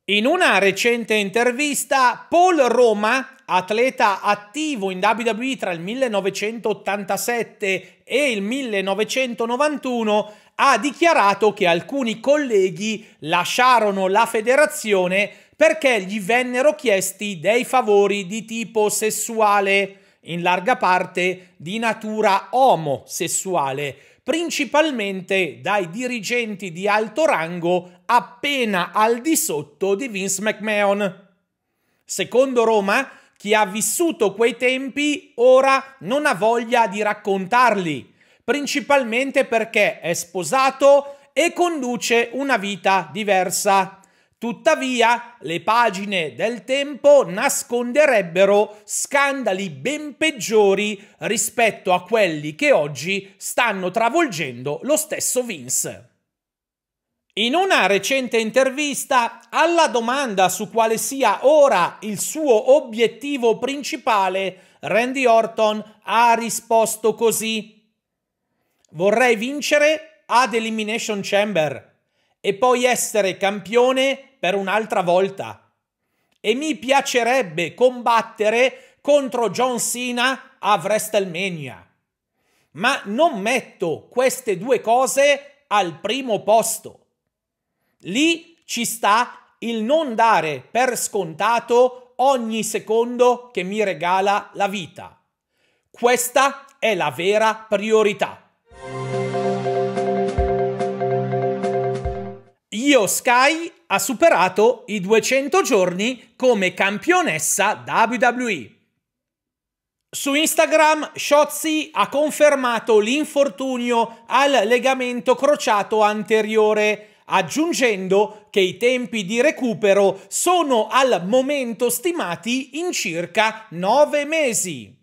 In una recente intervista, Paul Roma, atleta attivo in WWE tra il 1987 e il 1991, ha dichiarato che alcuni colleghi lasciarono la federazione perché gli vennero chiesti dei favori di tipo sessuale, in larga parte di natura omosessuale, principalmente dai dirigenti di alto rango appena al di sotto di Vince McMahon. Secondo Roma, chi ha vissuto quei tempi ora non ha voglia di raccontarli, principalmente perché è sposato e conduce una vita diversa. Tuttavia, le pagine del tempo nasconderebbero scandali ben peggiori rispetto a quelli che oggi stanno travolgendo lo stesso Vince. In una recente intervista, alla domanda su quale sia ora il suo obiettivo principale, Randy Orton ha risposto così: vorrei vincere ad Elimination Chamber e poi essere campione per un'altra volta. E mi piacerebbe combattere contro John Cena a WrestleMania. Ma non metto queste due cose al primo posto. Lì ci sta il non dare per scontato ogni secondo che mi regala la vita. Questa è la vera priorità. Io Sky ha superato i 200 giorni come campionessa WWE. Su Instagram, Shotzi ha confermato l'infortunio al legamento crociato anteriore, aggiungendo che i tempi di recupero sono al momento stimati in circa 9 mesi.